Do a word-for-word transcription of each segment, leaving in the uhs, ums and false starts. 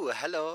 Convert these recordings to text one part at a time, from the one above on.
哦 ，Hello。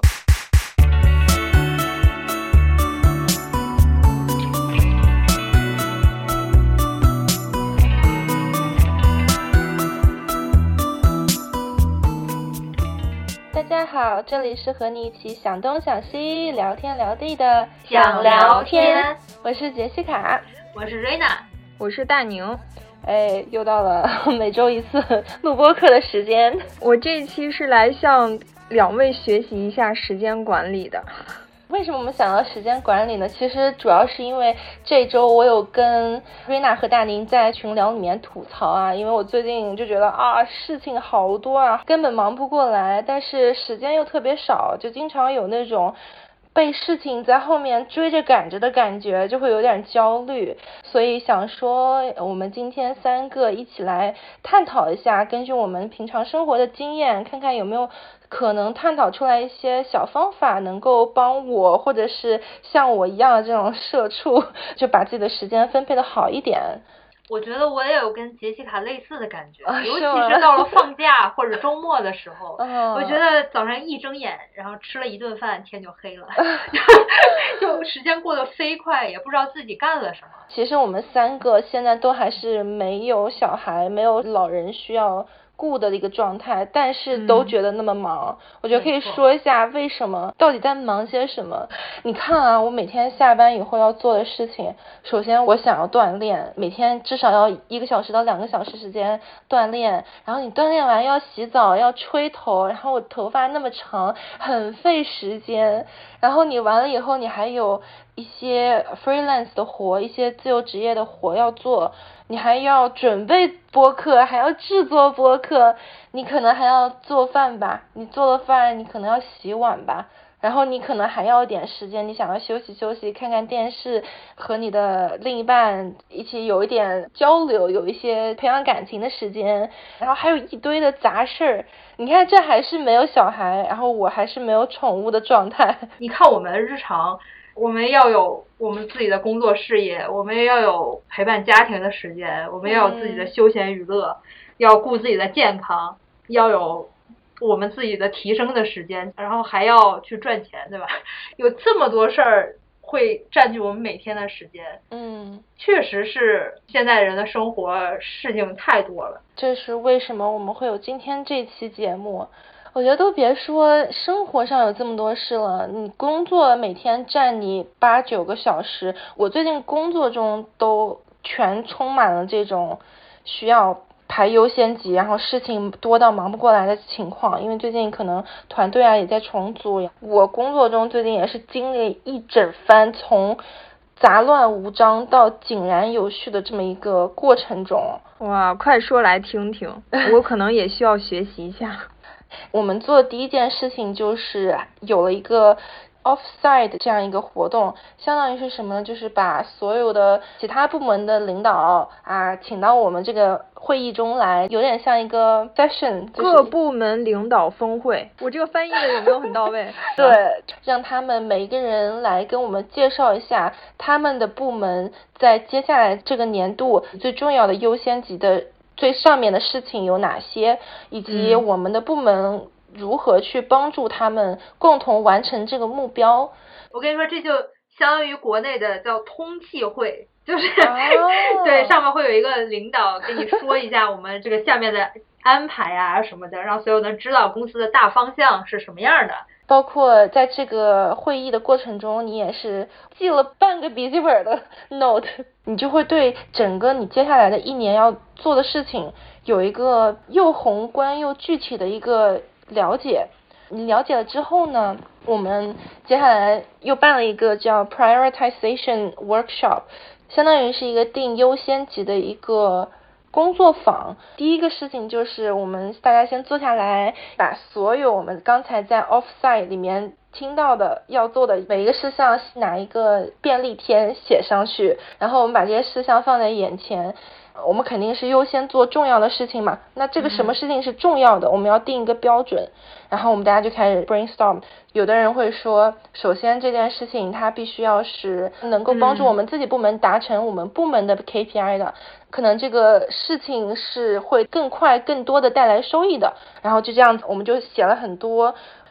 大家好，这里是和你一起想东想西、聊天聊地的想聊天。 我是杰西卡， 我是瑞娜， 我是大宁。 哎，又到了每周一次录播课的时间。 我这一期是来向两位学习一下时间管理的。 为什么我们想到时间管理呢？其实主要是因为这周我有跟瑞娜和大宁在群聊里面吐槽啊，因为我最近就觉得啊事情好多啊，根本忙不过来，但是时间又特别少，就经常有那种被事情在后面追着赶着的感觉，就会有点焦虑。所以想说我们今天三个一起来探讨一下，根据我们平常生活的经验，看看有没有可能探讨出来一些小方法，能够帮我或者是像我一样的这种社畜，就把自己的时间分配的好一点。 我觉得我也有跟杰西卡类似的感觉， 啊、 尤其是到了放假或者周末的时候， 啊、 我觉得早上一睁眼，然后吃了一顿饭，天就黑了，就时间过得飞快，也不知道自己干了什么。 其实我们三个现在都还是没有小孩，没有老人需要顾的一个状态，但是都觉得那么忙、嗯、我觉得可以说一下为什么，到底在忙些什么。你看啊，我每天下班以后要做的事情，首先我想要锻炼，每天至少要一个小时到两个小时时间锻炼，然后你锻炼完要洗澡，要吹头，然后我头发那么长，很费时间，然后你完了以后你还有一些 freelance 的活，一些自由职业的活要做，你还要准备播客，还要制作播客，你可能还要做饭吧，你做了饭你可能要洗碗吧，然后你可能还要点时间，你想要休息休息，看看电视，和你的另一半一起有一点交流，有一些培养感情的时间，然后还有一堆的杂事儿。你看这还是没有小孩，然后我还是没有宠物的状态。 你看我们日常，我们要有我们自己的工作事业，我们要有陪伴家庭的时间，我们要有自己的休闲娱乐、嗯、要顾自己的健康，要有我们自己的提升的时间，然后还要去赚钱，对吧？有这么多事儿会占据我们每天的时间。 嗯， 确实是现在人的生活事情太多了， 这是为什么我们会有今天这期节目。我觉得都别说生活上有这么多事了，你工作每天占你八九个小时，我最近工作中都全充满了这种需要排优先级，然后事情多到忙不过来的情况。因为最近可能团队啊也在重组，我工作中最近也是经历一整番从杂乱无章到井然有序的这么一个过程中。 哇，快说来听听，我可能也需要学习一下。 我们做的第一件事情就是有了一个 offsite 这样一个活动，相当于是什么呢？就是把所有的其他部门的领导啊请到我们这个会议中来，有点像一个 session、就是、 各部门领导峰会。我这个翻译的有没有很到位？ 对，让他们每一个人来跟我们介绍一下他们的部门在接下来这个年度最重要的优先级的最上面的事情有哪些，以及我们的部门如何去帮助他们共同完成这个目标。 我跟你说，这就相当于国内的叫通气会，就是、oh. 对，上面会有一个领导跟你说一下我们这个下面的安排啊什么的，让所有人知道公司的大方向是什么样的。 包括在这个会议的过程中，你也是记了半个笔记本的 note， 你就会对整个你接下来的一年要做的事情有一个又宏观又具体的一个了解。你了解了之后呢，我们接下来又办了一个叫 prioritization workshop， 相当于是一个定优先级的一个工作坊。第一个事情就是我们大家先坐下来，把所有我们刚才在 offsite 里面听到的要做的每一个事项拿一个便利贴写上去，然后我们把这些事项放在眼前，我们肯定是优先做重要的事情嘛，那这个什么事情是重要的、嗯、我们要定一个标准，然后我们大家就开始 brainstorm。 有的人会说，首先这件事情它必须要是能够帮助我们自己部门达成我们部门的 K P I 的、嗯、可能这个事情是会更快更多的带来收益的，然后就这样子我们就写了很多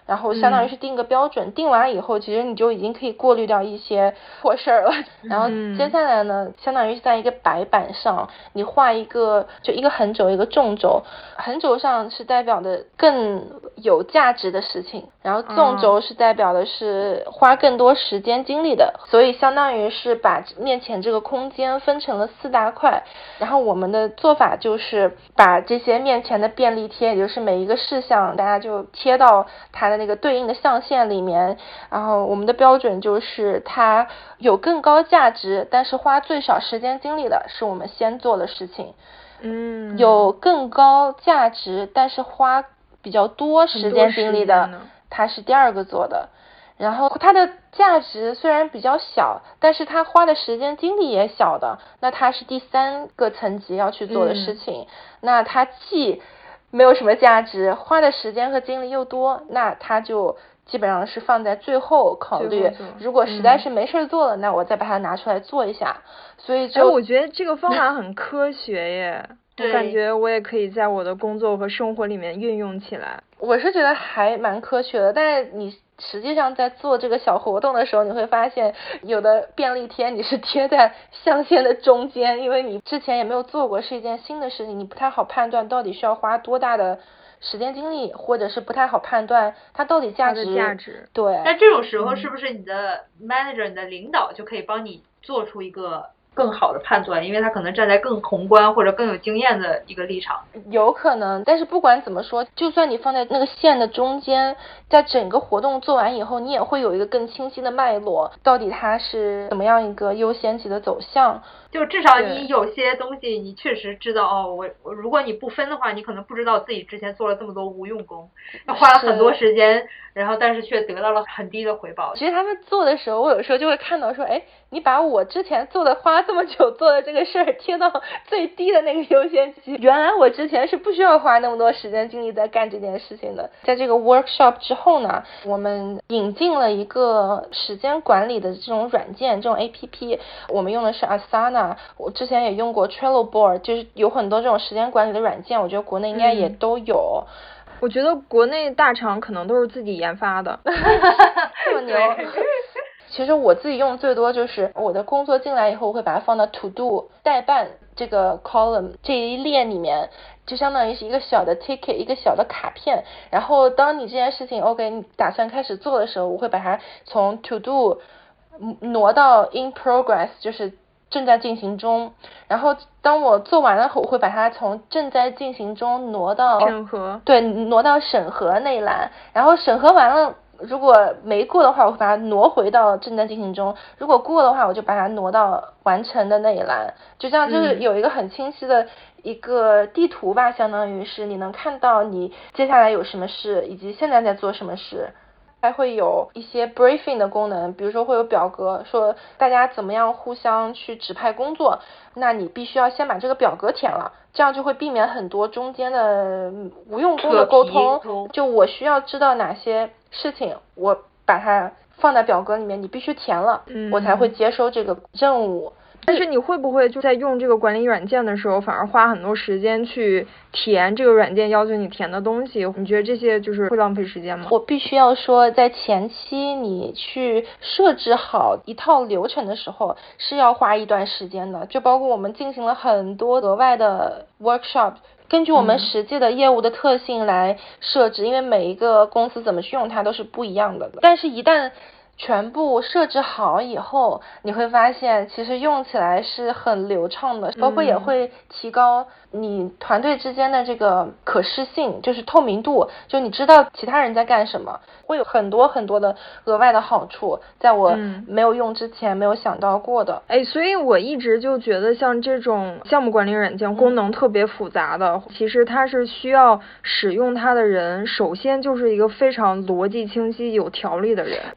然后相当于是定个标准，嗯、定完了以后，其实你就已经可以过滤掉一些破事儿了。然后接下来呢，嗯、相当于是在一个白板上，你画一个就一个横轴一个纵轴，横轴上是代表的更有价值的事情，然后纵轴是代表的是花更多时间精力的，所以相当于是把面前这个空间分成了四大块。然后我们的做法就是把这些面前的便利贴，也就是每一个事项大家就贴到它的那个对应的象限里面，然后我们的标准就是它有更高价值但是花最少时间精力的是我们先做的事情， 嗯， 有更高价值但是花比较多时间精力的它是第二个做的，然后它的价值虽然比较小，但是它花的时间精力也小的，那它是第三个层级要去做的事情，嗯、那它既没有什么价值，花的时间和精力又多，那它就基本上是放在最后考虑，如果实在是没事做了，嗯、那我再把它拿出来做一下。所以就哎，我觉得这个方法很科学耶。我感觉我也可以在我的工作和生活里面运用起来。 我是觉得还蛮科学的，但是你实际上在做这个小活动的时候，你会发现有的便利贴你是贴在象限的中间，因为你之前也没有做过，是一件新的事情，你不太好判断到底需要花多大的时间精力，或者是不太好判断它到底价值。 它的价值。 对。 那这种时候是不是你的 manager、嗯、你的领导就可以帮你做出一个更好的判断，因为他可能站在更宏观或者更有经验的一个立场。 有可能，但是不管怎么说，就算你放在那个线的中间，在整个活动做完以后，你也会有一个更清晰的脉络，到底它是怎么样一个优先级的走向。 就至少你有些东西你确实知道哦，我我如果你不分的话，你可能不知道自己之前做了这么多无用功，花了很多时间，然后但是却得到了很低的回报。 其实他们做的时候，我有时候就会看到说，哎，你把我之前做的花这么久做的这个事儿贴到最低的那个优先级，原来我之前是不需要花那么多时间精力在干这件事情的。在这个 workshop 之后呢，我们引进了一个时间管理的这种软件，这种 A P P， 我们用的是 Asana。我之前也用过 Trello Board， 就是有很多这种时间管理的软件，我觉得国内应该也都有。 嗯、我觉得国内大厂可能都是自己研发的。 这么牛。其实我自己用最多就是我的工作进来以后，我会把它放到 To Do 待办这个 column 这一列里面，就相当于是一个小的 ticket， 一个小的卡片。然后当你这件事情 OK 你打算开始做的时候，我会把它从 To Do 挪到 In Progress， 就是正在进行中，然后当我做完了后，我会把它从正在进行中挪到审核， 对，挪到审核那一栏，然后审核完了，如果没过的话，我会把它挪回到正在进行中，如果过的话，我就把它挪到完成的那一栏，就这样，就是有一个很清晰的一个地图吧，相当于是你能看到你接下来有什么事，以及现在在做什么事。还会有一些 briefing 的功能，比如说会有表格说大家怎么样互相去指派工作，那你必须要先把这个表格填了，这样就会避免很多中间的无用功的沟通。就我需要知道哪些事情，我把它放在表格里面，你必须填了， 嗯、 我才会接收这个任务。 但是你会不会就在用这个管理软件的时候，反而花很多时间去填这个软件要求你填的东西？你觉得这些就是会浪费时间吗？ 我必须要说，在前期你去设置好一套流程的时候，是要花一段时间的。就包括我们进行了很多额外的 workshop， 根据我们实际的业务的特性来设置，嗯、因为每一个公司怎么去用它都是不一样的。但是一旦全部设置好以后，你会发现其实用起来是很流畅的，包括也会提高你团队之间的这个可视性，就是透明度，就你知道其他人在干什么，会有很多很多的额外的好处，在我没有用之前没有想到过的。 哎，所以我一直就觉得像这种项目管理软件功能特别复杂的，嗯、其实它是需要使用它的人首先就是一个非常逻辑清晰有条理的人，就是大家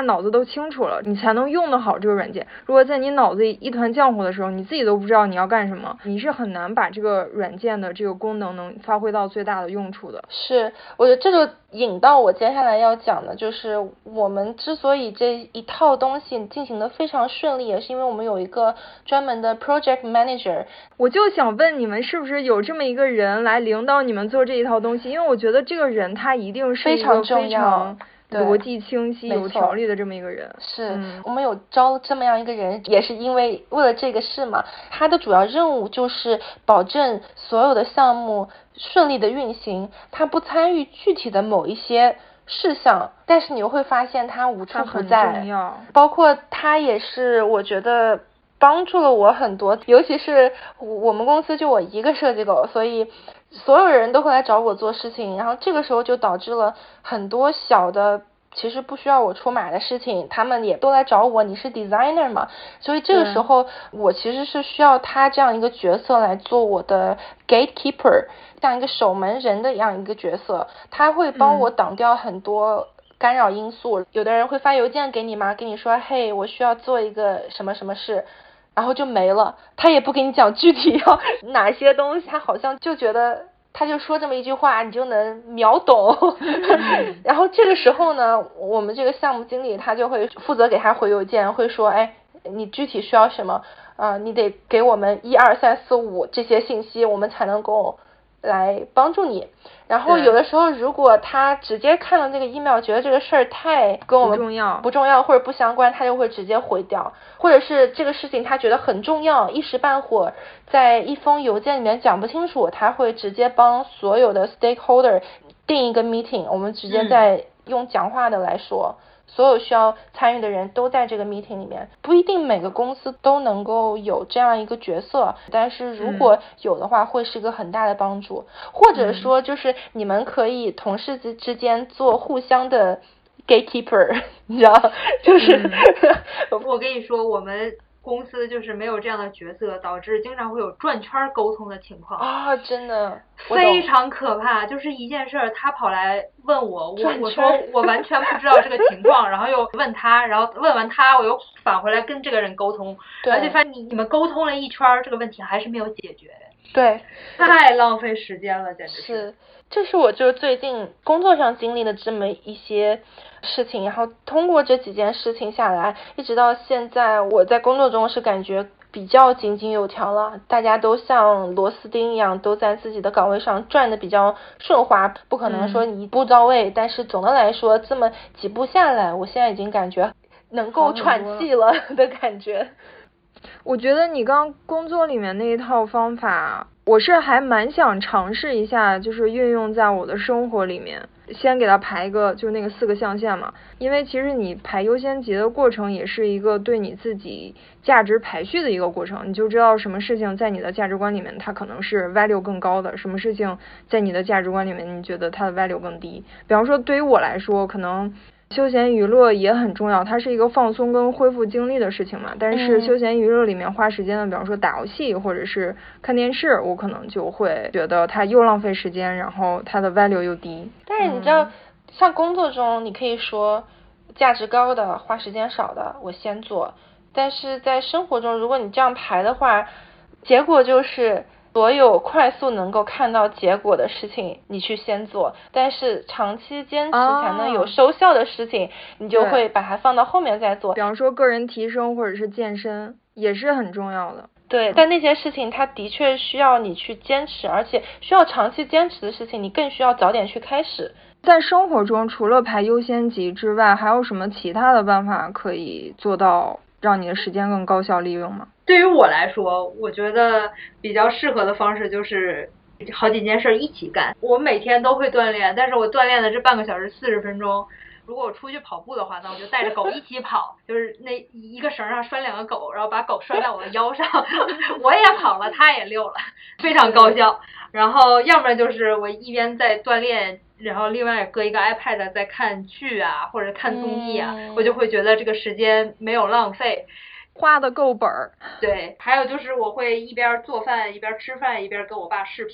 脑子都清楚了，你才能用得好这个软件。如果在你脑子里一团浆糊的时候，你自己都不知道你要干什么，你是很难把这个软件的这个功能能发挥到最大的用处的。 是，我觉得这就引到我接下来要讲的，就是我们之所以这一套东西进行的非常顺利，也是因为我们有一个专门的 project manager。 我就想问你们，是不是有这么一个人来领导你们做这一套东西？因为我觉得这个人他一定是一个非常逻辑清晰、有条理的这么一个人。 是、 嗯、 我们有招这么样一个人，也是因为为了这个事嘛。他的主要任务就是保证所有的项目顺利的运行，他不参与具体的某一些事项，但是你又会发现他无处不在。 很重要。 包括他也是，我觉得帮助了我很多，尤其是我们公司就我一个设计狗，所以所有人都会来找我做事情，然后这个时候就导致了很多小的其实不需要我出马的事情，他们也都来找我，你是 designer 嘛，所以这个时候我其实是需要他这样一个角色来做我的 gatekeeper， 像一个守门人的一样一个角色，他会帮我挡掉很多干扰因素、嗯、有的人会发邮件给你吗，跟你说嘿我需要做一个什么什么事，然后就没了，他也不给你讲具体要哪些东西，他好像就觉得他就说这么一句话你就能秒懂然后这个时候呢，我们这个项目经理他就会负责给他回邮件，会说哎你具体需要什么啊、呃，你得给我们一二三四五这些信息，我们才能够来帮助你。然后有的时候如果他直接看了这个 email 觉得这个事儿太跟我们不重要不重要或者不相关，他就会直接回掉，或者是这个事情他觉得很重要，一时半会儿在一封邮件里面讲不清楚，他会直接帮所有的 stakeholder 定一个 meeting， 我们直接在用讲话的来说、嗯所有需要参与的人都在这个 meeting 里面，不一定每个公司都能够有这样一个角色，但是如果有的话会是个很大的帮助、嗯、或者说就是你们可以同事之之间做互相的 gatekeeper 你知道就是、 嗯、我跟你说我们公司就是没有这样的角色，导致经常会有转圈沟通的情况啊、哦，真的非常可怕。就是一件事儿，他跑来问我，我我说我完全不知道这个情况，然后又问他，然后问完他，我又返回来跟这个人沟通，而且发现你你们沟通了一圈，这个问题还是没有解决。 对， 太浪费时间了，简直是。 是，这是我就是最近工作上经历的这么一些事情，然后通过这几件事情下来，一直到现在，我在工作中是感觉比较井井有条了，大家都像螺丝钉一样，都在自己的岗位上转的比较顺滑，不可能说你一步到位、嗯、但是总的来说这么几步下来，我现在已经感觉能够喘气了的感觉。 我觉得你刚工作里面那一套方法，我是还蛮想尝试一下，就是运用在我的生活里面。先给它排一个，就是那个四个象限嘛，因为其实你排优先级的过程也是一个对你自己价值排序的一个过程，你就知道什么事情在你的价值观里面它可能是 value 更高的，什么事情在你的价值观里面你觉得它的 value 更低。比方说对于我来说，可能休闲娱乐也很重要，它是一个放松跟恢复精力的事情嘛，但是休闲娱乐里面花时间的，比方说打游戏或者是看电视，我可能就会觉得它又浪费时间，然后它的 value 又低。 但是你知道、嗯、像工作中你可以说价值高的花时间少的我先做，但是在生活中如果你这样排的话，结果就是所有快速能够看到结果的事情你去先做，但是长期坚持才能有收效的事情、哦、你就会把它放到后面再做。 比方说个人提升或者是健身也是很重要的。 对，但那些事情它的确需要你去坚持，而且需要长期坚持的事情你更需要早点去开始。 在生活中除了排优先级之外，还有什么其他的办法可以做到让你的时间更高效利用吗？ 对于我来说，我觉得比较适合的方式就是好几件事一起干。我每天都会锻炼，但是我锻炼的这半个小时四十分钟，如果我出去跑步的话，那我就带着狗一起跑，就是那一个绳上拴两个狗，然后把狗拴在我的腰上我也跑了，它也溜了，非常高效。然后要么就是我一边在锻炼，然后另外搁一个 iPad 在看剧啊或者看综艺啊、嗯、我就会觉得这个时间没有浪费， 花的够本儿。 对，还有就是我会一边做饭一边吃饭一边跟我爸视频，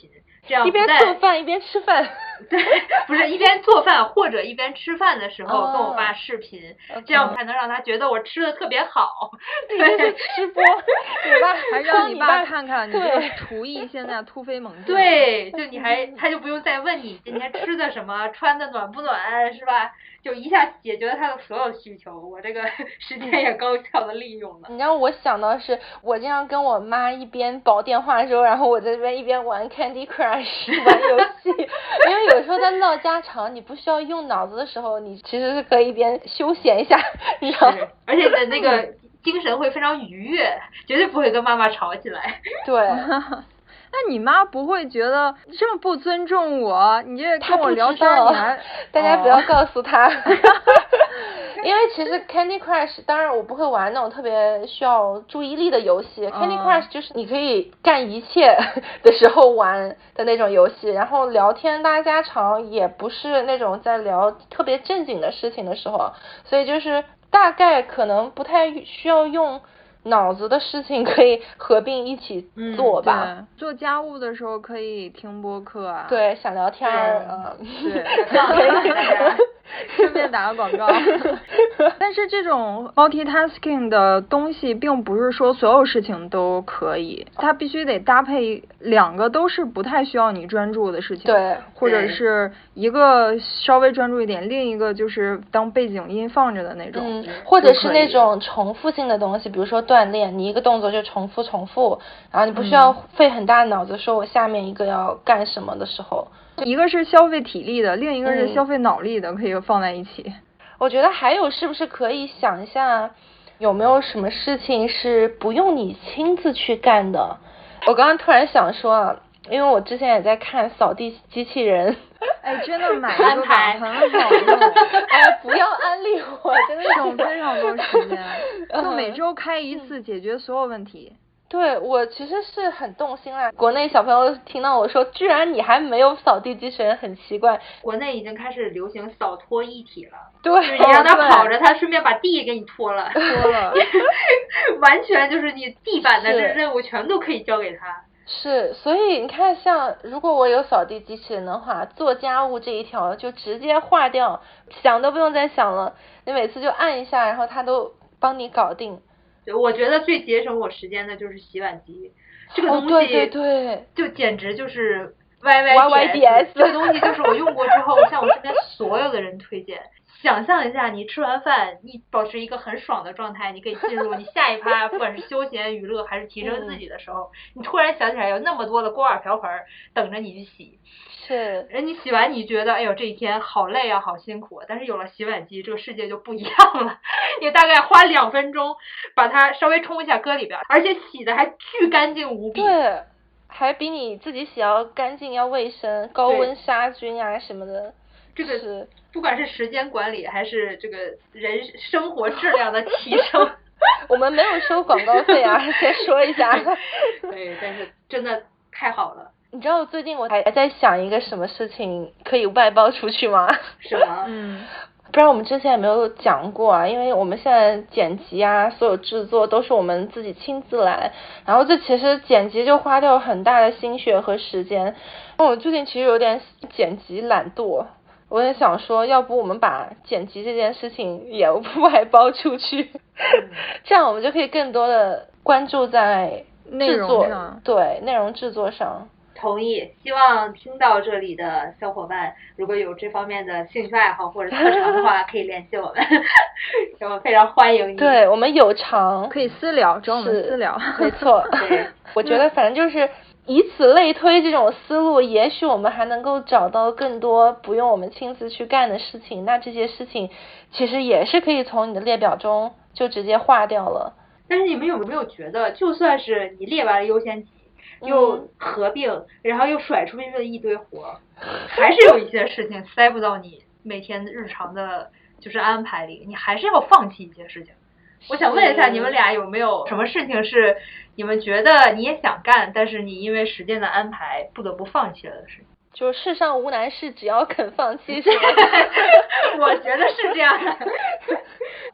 这样一边做饭一边吃饭。 对，不是一边做饭或者一边吃饭的时候、oh, 跟我爸视频， okay. 这样才能让他觉得我吃的特别好。 对，是吃播，你爸还让你爸看看你这个厨艺现在突飞猛进。 对，就你还他就不用再问你今天吃的什么，穿的暖不暖，是吧？就一下解决了他的所有需求，我这个时间也高效的利用了。 你让我想到是我经常跟我妈一边煲电话的时候，然后我在这边一边玩 Candy Crush 玩游戏，因为有时候在唠家常，你不需要用脑子的时候，你其实是可以一边休闲一下，你知道？ 而且你的那个精神会非常愉悦，绝对不会跟妈妈吵起来。 对。 那你妈不会觉得这么不尊重我？你这跟我聊天你还…… 大家不要告诉她。因为其实 Candy Crush 当然我不会玩那种特别需要注意力的游戏、oh. Candy Crush 就是你可以干一切的时候玩的那种游戏，然后聊天拉家常也不是那种在聊特别正经的事情的时候，所以就是大概可能不太需要用脑子的事情可以合并一起做吧、 嗯、做家务的时候可以听播客啊， 对，想聊天儿嗯对顺便打个广告。但是这种 multitasking 的东西并不是说所有事情都可以，它必须得搭配两个都是不太需要你专注的事情， 对， 或者是一个稍微专注一点，另一个就是当背景音放着的那种、 嗯、或者是那种重复性的东西，比如说锻炼，你一个动作就重复重复，然后你不需要费很大脑子说我下面一个要干什么的时候， 一个是消费体力的，另一个是消费脑力的、嗯、可以放在一起。 我觉得还有是不是可以想一下有没有什么事情是不用你亲自去干的。我刚刚突然想说啊，因为我之前也在看扫地机器人， 哎，真的买一个吧，很好用。 哎，不要安利我，真的省非常多时间，就每周开一次，解决所有问题。 对，我其实是很动心啦。国内小朋友听到我说居然你还没有扫地机器人很奇怪， 国内已经开始流行扫拖一体了。 对， 就是你让他跑着，他顺便把地给你拖了， 拖了完全就是你地板的这任务全都可以交给他。 是，所以你看，像如果我有扫地机器人的话，做家务这一条就直接划掉，想都不用再想了，你每次就按一下，然后它都帮你搞定。 对，我觉得最节省我时间的就是洗碗机，这个东西， 哦、对对对， 就简直就是 Y Y D S， 这个东西就是我用过之后，向我身边所有的人推荐。想象一下，你吃完饭，你保持一个很爽的状态，你可以进入你下一趴，不管是休闲娱乐还是提升自己的时候，嗯、你突然想起来有那么多的锅碗瓢盆等着你去洗。 是， 人你洗完你觉得哎呦这一天好累啊好辛苦啊，但是有了洗碗机这个世界就不一样了，你大概花两分钟把它稍微冲一下搁里边，而且洗的还巨干净无比。 对，还比你自己洗要干净要卫生，高温杀菌啊什么的。 这个是不管是时间管理还是这个人生活质量的提升。 我们没有收广告费啊，先说一下。 对，但是真的太好了。 你知道我最近我还在想一个什么事情可以外包出去吗？ 什么？ 嗯， 不知道我们之前有没有讲过啊？因为我们现在剪辑啊，所有制作都是我们自己亲自来，然后这其实剪辑就花掉很大的心血和时间。我最近其实有点剪辑懒惰，我也想说，要不我们把剪辑这件事情也外包出去，嗯、这样我们就可以更多的关注在内容上， 对内容制作上。 同意，希望听到这里的小伙伴，如果有这方面的兴趣爱好或者特长的话，可以联系我们，我们非常欢迎你。 对，我们有偿， 可以私聊，找我们私聊。 没错，对，我觉得反正就是以此类推这种思路，也许我们还能够找到更多不用我们亲自去干的事情，那这些事情其实也是可以从你的列表中就直接划掉了。 但是你们有没有觉得，就算是你列完了优先级，又合并、嗯、然后又甩出去的一堆活，还是有一些事情塞不到你每天日常的就是安排里，你还是要放弃一些事情。我想问一下你们俩有没有什么事情是你们觉得你也想干，但是你因为时间的安排不得不放弃了的事情？ 就世上无难事，只要肯放弃，是吗？ 我觉得是这样的。 对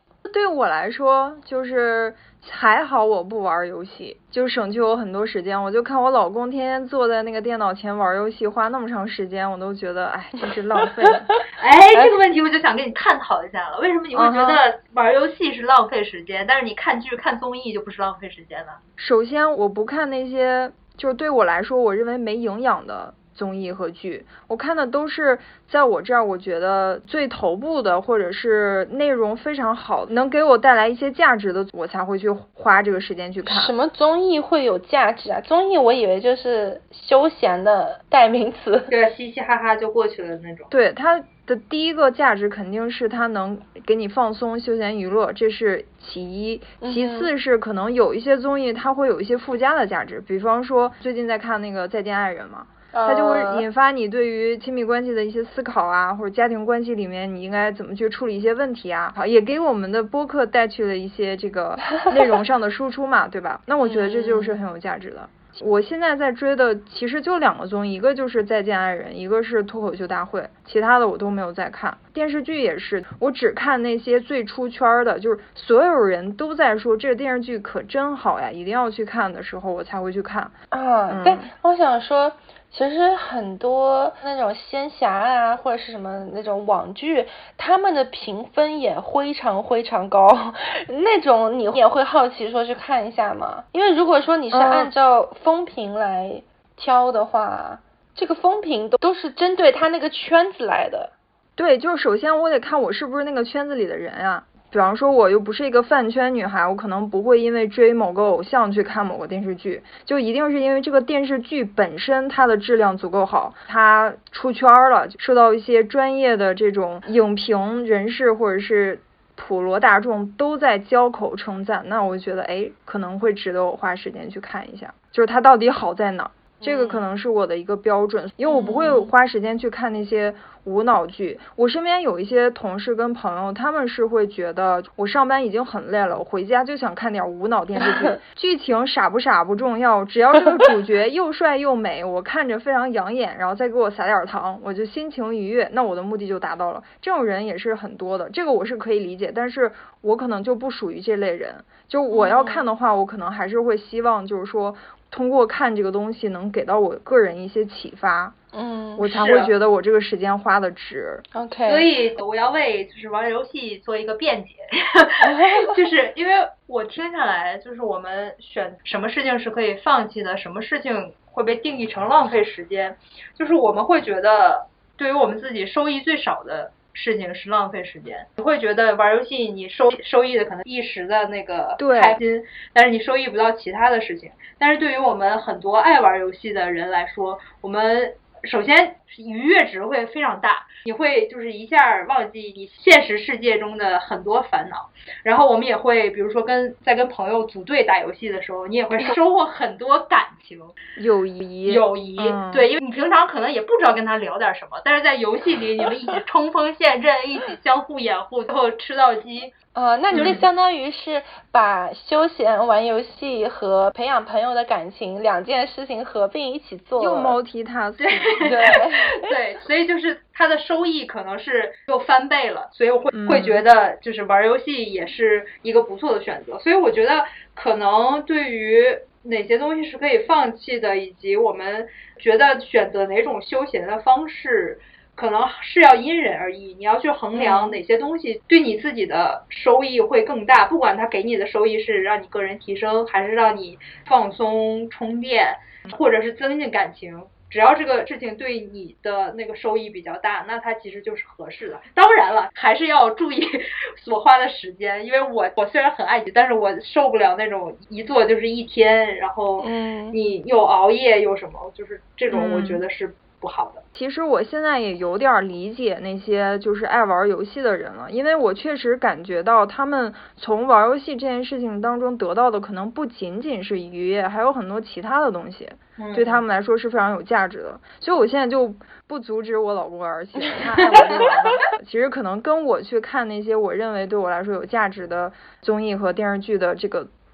对于我来说，就是还好我不玩游戏，就省去我很多时间。我就看我老公天天坐在那个电脑前玩游戏，花那么长时间，我都觉得哎，真是浪费了。 哎，这个问题我就想跟你探讨一下了，为什么你会觉得玩游戏是浪费时间， uh-huh. 但是你看剧看综艺就不是浪费时间呢？ 首先，我不看那些就是对我来说我认为没营养的综艺和剧，我看的都是在我这儿我觉得最头部的，或者是内容非常好，能给我带来一些价值的，我才会去花这个时间去看。 什么综艺会有价值啊？综艺我以为就是休闲的代名词， 对，嘻嘻哈哈就过去了那种。 对，它的第一个价值肯定是它能给你放松休闲娱乐，这是其一。其次是可能有一些综艺它会有一些附加的价值，比方说最近在看那个再见爱人嘛，它就会引发你对于亲密关系的一些思考啊，或者家庭关系里面你应该怎么去处理一些问题啊，好，也给我们的播客带去了一些这个内容上的输出嘛，对吧？那我觉得这就是很有价值的。我现在在追的其实就两个综艺，一个就是再见爱人，一个是脱口秀大会，其他的我都没有在看。电视剧也是，我只看那些最出圈的，就是所有人都在说这个电视剧可真好呀，一定要去看的时候我才会去看啊、嗯。对，我想说其实很多那种仙侠啊或者是什么那种网剧，他们的评分也非常非常高，那种你也会好奇说去看一下吗？因为如果说你是按照风评来挑的话、嗯、这个风评都都是针对他那个圈子来的。 对，就是首先我得看我是不是那个圈子里的人啊。比方说我又不是一个饭圈女孩，我可能不会因为追某个偶像去看某个电视剧，就一定是因为这个电视剧本身它的质量足够好，它出圈了，受到一些专业的这种影评人士或者是普罗大众都在交口称赞，那我觉得哎，可能会值得我花时间去看一下，就是它到底好在哪，这个可能是我的一个标准，因为我不会花时间去看那些无脑剧。我身边有一些同事跟朋友，他们是会觉得我上班已经很累了，我回家就想看点无脑电视剧，剧情傻不傻不重要，只要这个主角又帅又美，我看着非常养眼，然后再给我撒点糖，我就心情愉悦，那我的目的就达到了。这种人也是很多的，这个我是可以理解，但是我可能就不属于这类人。就我要看的话，我可能还是会希望就是说通过看这个东西能给到我个人一些启发， 嗯， 我才会觉得我这个时间花的值。 OK， 所以我要为就是玩游戏做一个辩解，就是因为我听下来，就是我们选什么事情是可以放弃的，什么事情会被定义成浪费时间，就是我们会觉得对于我们自己收益最少的事情是浪费时间。你会觉得玩游戏你收收益的可能一时的那个开心，但是你收益不到其他的事情。但是对于我们很多爱玩游戏的人来说，我们首先愉悦值会非常大，你会就是一下忘记你现实世界中的很多烦恼，然后我们也会比如说跟在跟朋友组队打游戏的时候，你也会收获很多感情友谊友谊、嗯、对，因为你平常可能也不知道跟他聊点什么，但是在游戏里你们一起冲锋陷阵，一起相互掩护，最后吃到鸡。 呃，那你这相当于是把休闲玩游戏和培养朋友的感情两件事情合并一起做， 又multitask， 对对，所以就是它的收益可能是又翻倍了，所以我会、嗯、会觉得就是玩游戏也是一个不错的选择。所以我觉得可能对于哪些东西是可以放弃的，以及我们觉得选择哪种休闲的方式，可能是要因人而异，你要去衡量哪些东西对你自己的收益会更大，不管它给你的收益是让你个人提升，还是让你放松充电，或者是增进感情，只要这个事情对你的那个收益比较大，那它其实就是合适的。当然了，还是要注意所花的时间，因为我我虽然很爱你，但是我受不了那种一做就是一天，然后你又熬夜又什么，就是这种我觉得是不好的。 其实我现在也有点理解那些就是爱玩游戏的人了，因为我确实感觉到他们从玩游戏这件事情当中得到的可能不仅仅是愉悦，还有很多其他的东西、嗯、对他们来说是非常有价值的。所以我现在就不阻止我老公玩游戏，他爱玩就玩吧。其实可能跟我去看那些我认为对我来说有价值的综艺和电视剧的这个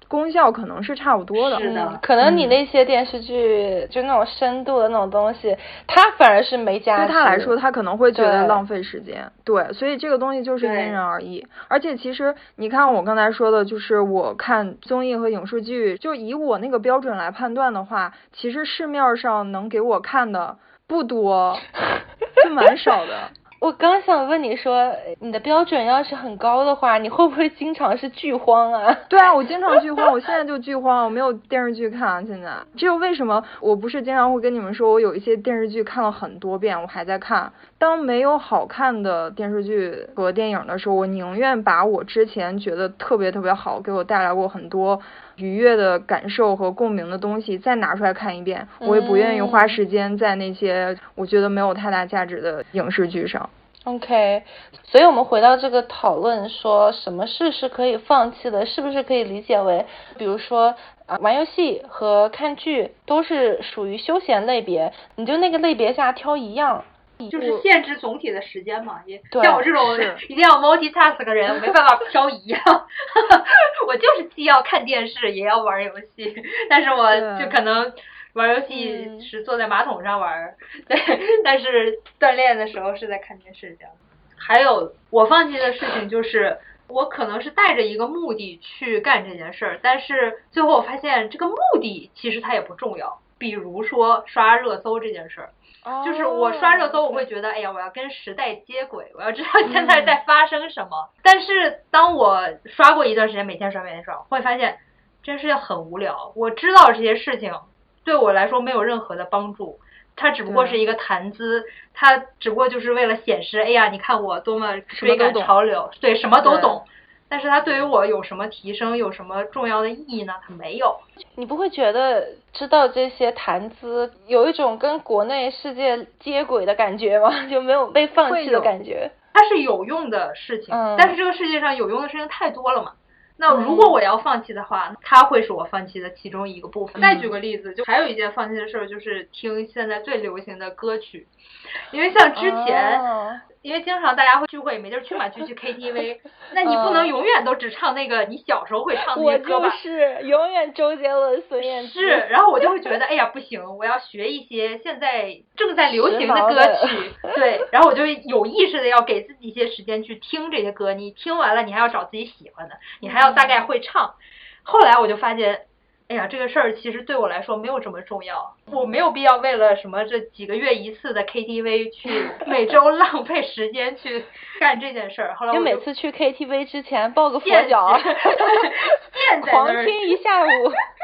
功效可能是差不多的。 是的， 嗯、可能你那些电视剧、嗯、就那种深度的那种东西，它反而是没价值。 对他来说，他可能会觉得浪费时间。对，对所以这个东西就是因人而异。而且其实你看我刚才说的，就是我看综艺和影视剧，就以我那个标准来判断的话，其实市面上能给我看的不多，就蛮少的。 我刚想问你说，你的标准要是很高的话，你会不会经常是剧荒啊？ 对啊，我经常剧荒，我现在就剧荒，我没有电视剧看。现在这就为什么我不是经常会跟你们说，我有一些电视剧看了很多遍，我还在看。当没有好看的电视剧和电影的时候，我宁愿把我之前觉得特别特别好，给我带来过很多愉悦的感受和共鸣的东西再拿出来看一遍，我也不愿意花时间在那些我觉得没有太大价值的影视剧上。 OK， 所以我们回到这个讨论，说什么事是可以放弃的，是不是可以理解为，比如说啊，玩游戏和看剧都是属于休闲类别，你就那个类别下挑一样。 就是限制总体的时间嘛，也像我这种一定要 multitask 的人，我没办法挑一样。我就是既要看电视也要玩游戏，但是我就可能玩游戏是坐在马桶上玩，嗯、对，但是锻炼的时候是在看电视这样。还有我放弃的事情就是，我可能是带着一个目的去干这件事儿，但是最后我发现这个目的其实它也不重要。比如说刷热搜这件事儿。就是我刷热搜，我会觉得，哎呀，我要跟时代接轨，我要知道现在在发生什么。嗯、但是当我刷过一段时间，每天刷，每天刷，会发现这件事情很无聊。我知道这些事情对我来说没有任何的帮助，它只不过是一个谈资，它只不过就是为了显示，哎呀，你看我多么追赶潮流，对，什么都懂。但是它对于我有什么提升，有什么重要的意义呢？它没有。 你不会觉得知道这些谈资有一种跟国内世界接轨的感觉吗？就没有被放弃的感觉？ 它是有用的事情，嗯、但是这个世界上有用的事情太多了嘛。那如果我要放弃的话，嗯、它会是我放弃的其中一个部分。嗯、再举个例子，就还有一件放弃的事儿，就是听现在最流行的歌曲，因为像之前。哦因为经常大家会聚会没地儿去嘛，就去 K T V， 那你不能永远都只唱那个你小时候会唱的那些歌吧？ 我就是永远周杰伦、孙燕姿。 是，然后我就会觉得，哎呀不行，我要学一些现在正在流行的歌曲，对，然后我就有意识的要给自己一些时间去听这些歌，你听完了，你还要找自己喜欢的，你还要大概会唱。嗯、后来我就发现。哎呀，这个事儿其实对我来说没有这么重要，我没有必要为了什么这几个月一次的 K T V 去每周浪费时间去干这件事儿。后来我就每次去 K T V 之前抱个佛脚，狂听一下午。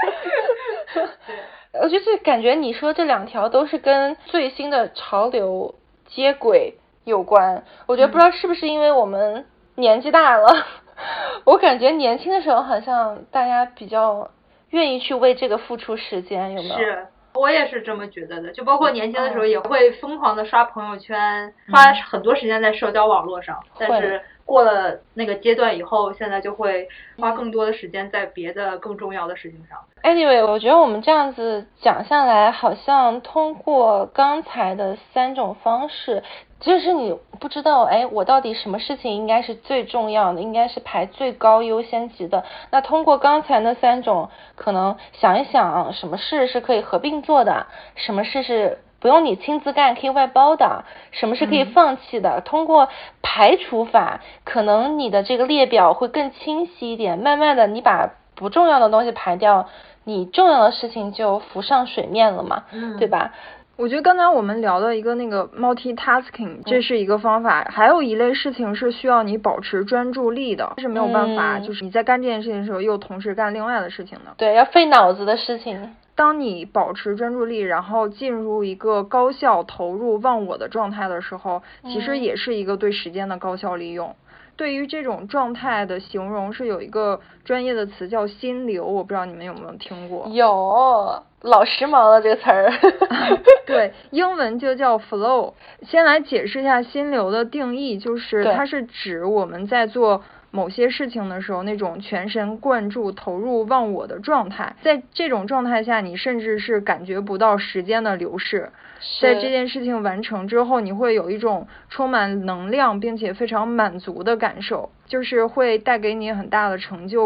我就是感觉你说这两条都是跟最新的潮流接轨有关，我觉得不知道是不是因为我们年纪大了，我感觉年轻的时候好像大家比较。愿意去为这个付出时间，有没有？ 是，我也是这么觉得的。就包括年轻的时候也会疯狂的刷朋友圈，嗯、花很多时间在社交网络上。嗯、但是过了那个阶段以后，现在就会花更多的时间在别的更重要的事情上。 Anyway， 我觉得我们这样子讲下来，好像通过刚才的三种方式。就是你不知道，哎，我到底什么事情应该是最重要的，应该是排最高优先级的。那通过刚才那三种，可能想一想，什么事是可以合并做的，什么事是不用你亲自干，可以外包的，什么是可以放弃的。嗯、通过排除法，可能你的这个列表会更清晰一点。慢慢的，你把不重要的东西排掉，你重要的事情就浮上水面了嘛，嗯、对吧？ 我觉得刚才我们聊的一个那个 multitasking， 这是一个方法，嗯、还有一类事情是需要你保持专注力的，是没有办法，嗯、就是你在干这件事情的时候又同时干另外的事情的。 对，要费脑子的事情。 当你保持专注力，然后进入一个高效投入忘我的状态的时候，其实也是一个对时间的高效利用。嗯对于这种状态的形容是有一个专业的词叫心流，我不知道你们有没有听过。 有，老时髦了这个词儿。 对，英文就叫 flow。先来解释一下心流的定义，就是它是指我们在做某些事情的时候那种全神贯注投入忘我的状态，在这种状态下你甚至是感觉不到时间的流逝，在这件事情完成之后你会有一种充满能量并且非常满足的感受，就是会带给你很大的成就感。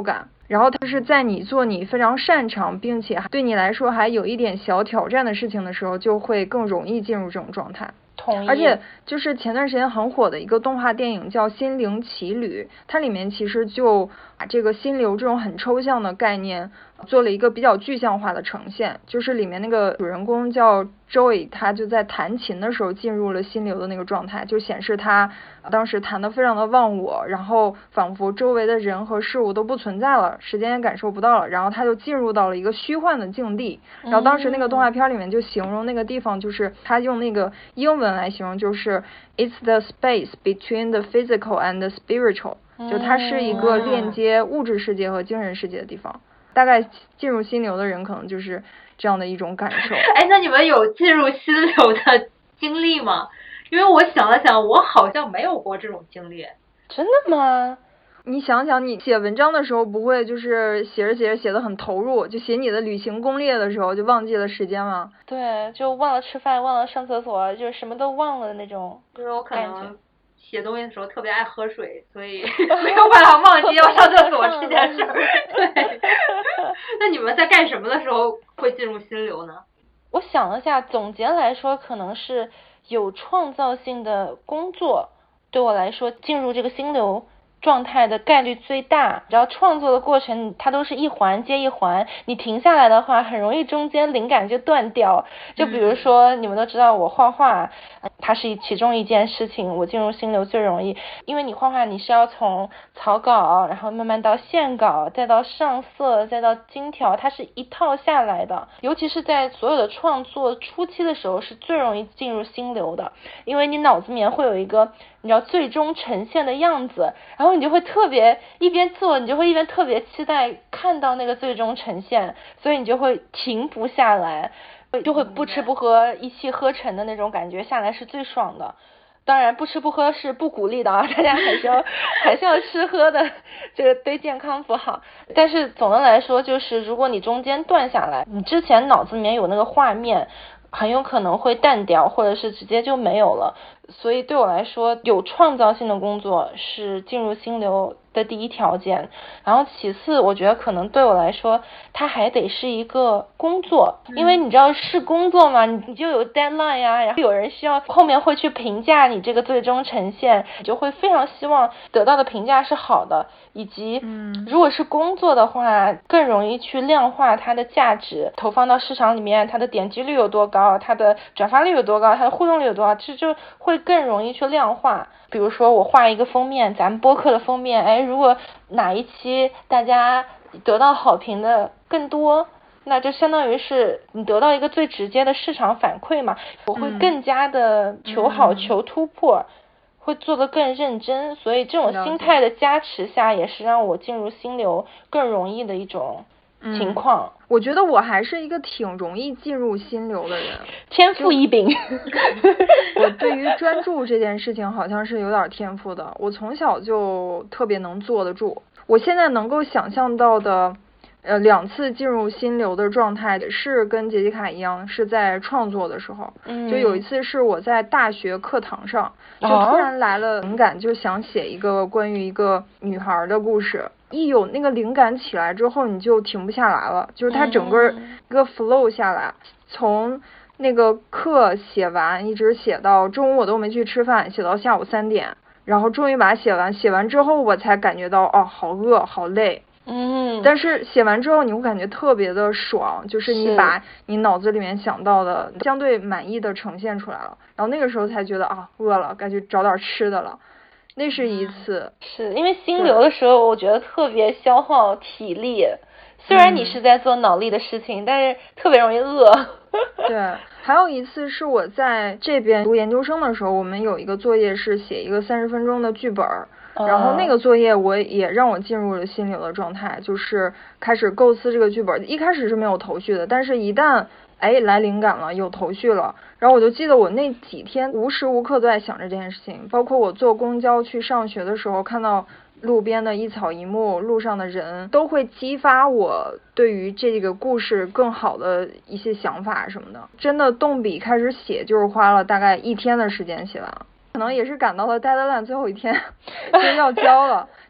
然后它是在你做你非常擅长并且对你来说还有一点小挑战的事情的时候，就会更容易进入这种状态。 同意。 而且就是前段时间很火的一个动画电影叫《心灵奇旅》，它里面其实就把这个心流这种很抽象的概念做了一个比较具象化的呈现，就是里面那个主人公叫 Joy， 他就在弹琴的时候进入了心流的那个状态，就显示他当时弹得非常的忘我，然后仿佛周围的人和事物都不存在了，时间也感受不到了，然后他就进入到了一个虚幻的境地。然后当时那个动画片里面就形容那个地方，就是他用那个英文来形容，就是 It's the space between the physical and the spiritual， 就它是一个链接物质世界和精神世界的地方。大概进入心流的人可能就是这样的一种感受。 哎，那你们有进入心流的经历吗？因为我想了想，我好像没有过这种经历。 真的吗？ 你想想，你写文章的时候不会就是写着写着写得很投入，就写你的旅行攻略的时候就忘记了时间吗？ 对，就忘了吃饭，忘了上厕所，就什么都忘了的那种。 就是我可能写东西的时候特别爱喝水，所以没有办法忘记要上厕所这件事。对。那你们在干什么的时候会进入心流呢？ 我想了下，总结来说，可能是有创造性的工作，对我来说进入这个心流状态的概率最大。只要创作的过程它都是一环接一环，你停下来的话很容易中间灵感就断掉。就比如说、嗯、你们都知道我画画，它是其中一件事情我进入心流最容易，因为你画画你是要从草稿，然后慢慢到线稿，再到上色，再到精调，它是一套下来的。尤其是在所有的创作初期的时候是最容易进入心流的，因为你脑子里面会有一个你知道最终呈现的样子，然后你就会特别一边做你就会一边特别期待看到那个最终呈现，所以你就会停不下来，就会不吃不喝一气呵成的那种感觉下来是最爽的。当然不吃不喝是不鼓励的啊，大家还是要还是要吃喝的，这个对健康不好。但是总的来说就是如果你中间断下来，你之前脑子里面有那个画面很有可能会淡掉，或者是直接就没有了。所以对我来说有创造性的工作是进入心流的第一条件，然后其次我觉得可能对我来说它还得是一个工作，因为你知道是工作嘛，你就有 deadline 呀，然后有人需要后面会去评价你这个最终呈现，你就会非常希望得到的评价是好的，以及如果是工作的话更容易去量化它的价值，投放到市场里面它的点击率有多高，它的转发率有多高，它的互动率有多高，其实就会更容易去量化。比如说我画一个封面，咱们播客的封面，哎，如果哪一期大家得到好评的更多，那就相当于是你得到一个最直接的市场反馈嘛，我会更加的求好、嗯、求突破，会做得更认真，所以这种心态的加持下也是让我进入心流更容易的一种情况、 嗯、我觉得我还是一个挺容易进入心流的人， 天赋异禀。 我对于专注这件事情好像是有点天赋的，我从小就特别能坐得住。我现在能够想象到的呃两次进入心流的状态是跟杰西卡一样，是在创作的时候、嗯、就有一次是我在大学课堂上就突然来了灵感、哦、就想写一个关于一个女孩的故事，一有那个灵感起来之后你就停不下来了，就是它整个一个 flow 下来、嗯、从那个课写完一直写到中午我都没去吃饭，写到下午三点，然后终于把它写完，写完之后我才感觉到哦好饿好累， 嗯， 但是写完之后你会感觉特别的爽，就是你把你脑子里面想到的相对满意的呈现出来了，然后那个时候才觉得啊饿了，该去找点吃的了，那是一次。 是因为心流的时候我觉得特别消耗体力，虽然你是在做脑力的事情、嗯、但是特别容易饿。 对，还有一次是我在这边读研究生的时候，我们有一个作业是写一个三十分钟的剧本，然后那个作业我也让我进入了心流的状态，就是开始构思这个剧本，一开始是没有头绪的，但是一旦哎来灵感了，有头绪了，然后我就记得我那几天无时无刻都在想着这件事情，包括我坐公交去上学的时候看到路边的一草一木，路上的人都会激发我对于这个故事更好的一些想法什么的，真的动笔开始写就是花了大概一天的时间写完了，可能也是赶到了 deadline 最后一天就要交了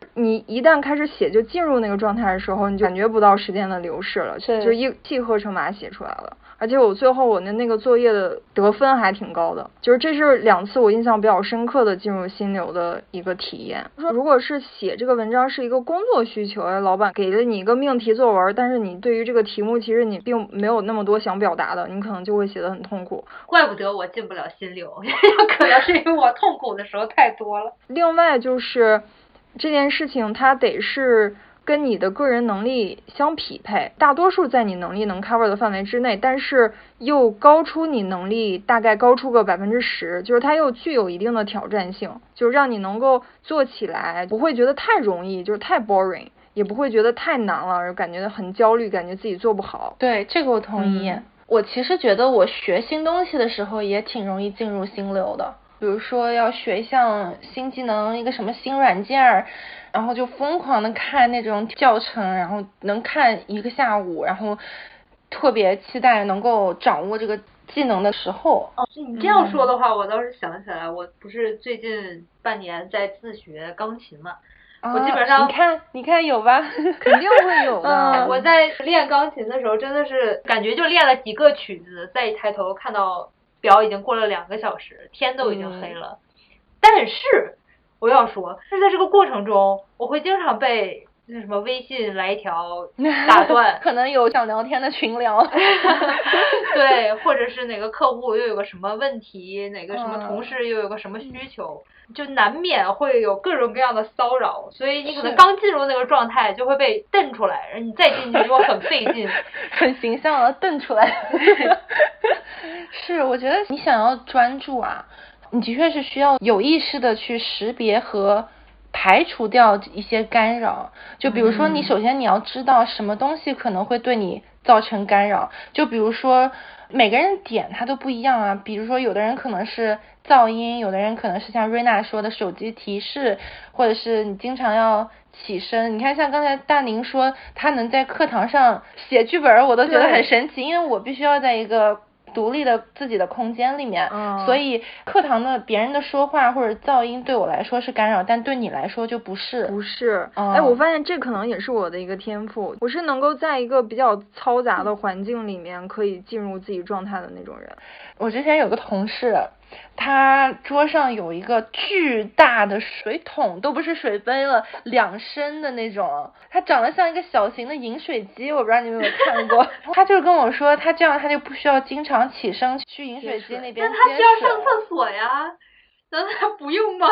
你一旦开始写就进入那个状态的时候，你就感觉不到时间的流逝了，就一气呵成把它写出来了。而且我最后我的那个作业的得分还挺高的，就是这是两次我印象比较深刻的进入心流的一个体验。说如果是写这个文章是一个工作需求，老板给了你一个命题作文，但是你对于这个题目其实你并没有那么多想表达的，你可能就会写得很痛苦。 怪不得我进不了心流，可能是因为我痛苦的时候太多了。 另外就是这件事情它得是跟你的个人能力相匹配，大多数在你能力能 cover 的范围之内，但是又高出你能力大概高出个百分之十，就是它又具有一定的挑战性，就是让你能够做起来不会觉得太容易，就是太 boring， 也不会觉得太难了，感觉很焦虑，感觉自己做不好。 对，这个我同意。嗯、我其实觉得我学新东西的时候也挺容易进入心流的，比如说要学一项新技能，一个什么新软件儿，然后就疯狂的看那种教程，然后能看一个下午，然后特别期待能够掌握这个技能的时候。 哦，你这样说的话，嗯、我倒是想起来，我不是最近半年在自学钢琴嘛？ 啊、 我基本上你看，你看有吧？ 肯定会有的。 嗯、我在练钢琴的时候，真的是感觉就练了几个曲子，再一抬头看到表已经过了两个小时，天都已经黑了。嗯、但是我要说，是在这个过程中，我会经常被那什么微信来一条打断， 可能有想聊天的群聊， 对，或者是哪个客户又有个什么问题，哪个什么同事又有个什么需求，嗯、就难免会有各种各样的骚扰，所以你可能刚进入那个状态就会被瞪出来，然后你再进去就会很费劲， 很形象的瞪出来。是，我觉得你想要专注啊，你的确是需要有意识的去识别和排除掉一些干扰，就比如说你首先你要知道什么东西可能会对你造成干扰，就比如说每个人点它都不一样啊，比如说有的人可能是噪音，有的人可能是像瑞娜说的手机提示，或者是你经常要起身。你看像刚才大宁说他能在课堂上写剧本，我都觉得很神奇，因为我必须要在一个独立的自己的空间里面， 嗯、 所以课堂的别人的说话或者噪音对我来说是干扰，但对你来说就不是。 不是， 嗯、 哎，我发现这可能也是我的一个天赋，我是能够在一个比较嘈杂的环境里面可以进入自己状态的那种人。 我之前有个同事，他桌上有一个巨大的水桶，都不是水杯了，两升的那种，它长得像一个小型的饮水机，我不知道你们有没有看过。他就跟我说，他这样他就不需要经常起身去饮水机那边接水。 但他需要上厕所呀，难道他不用吗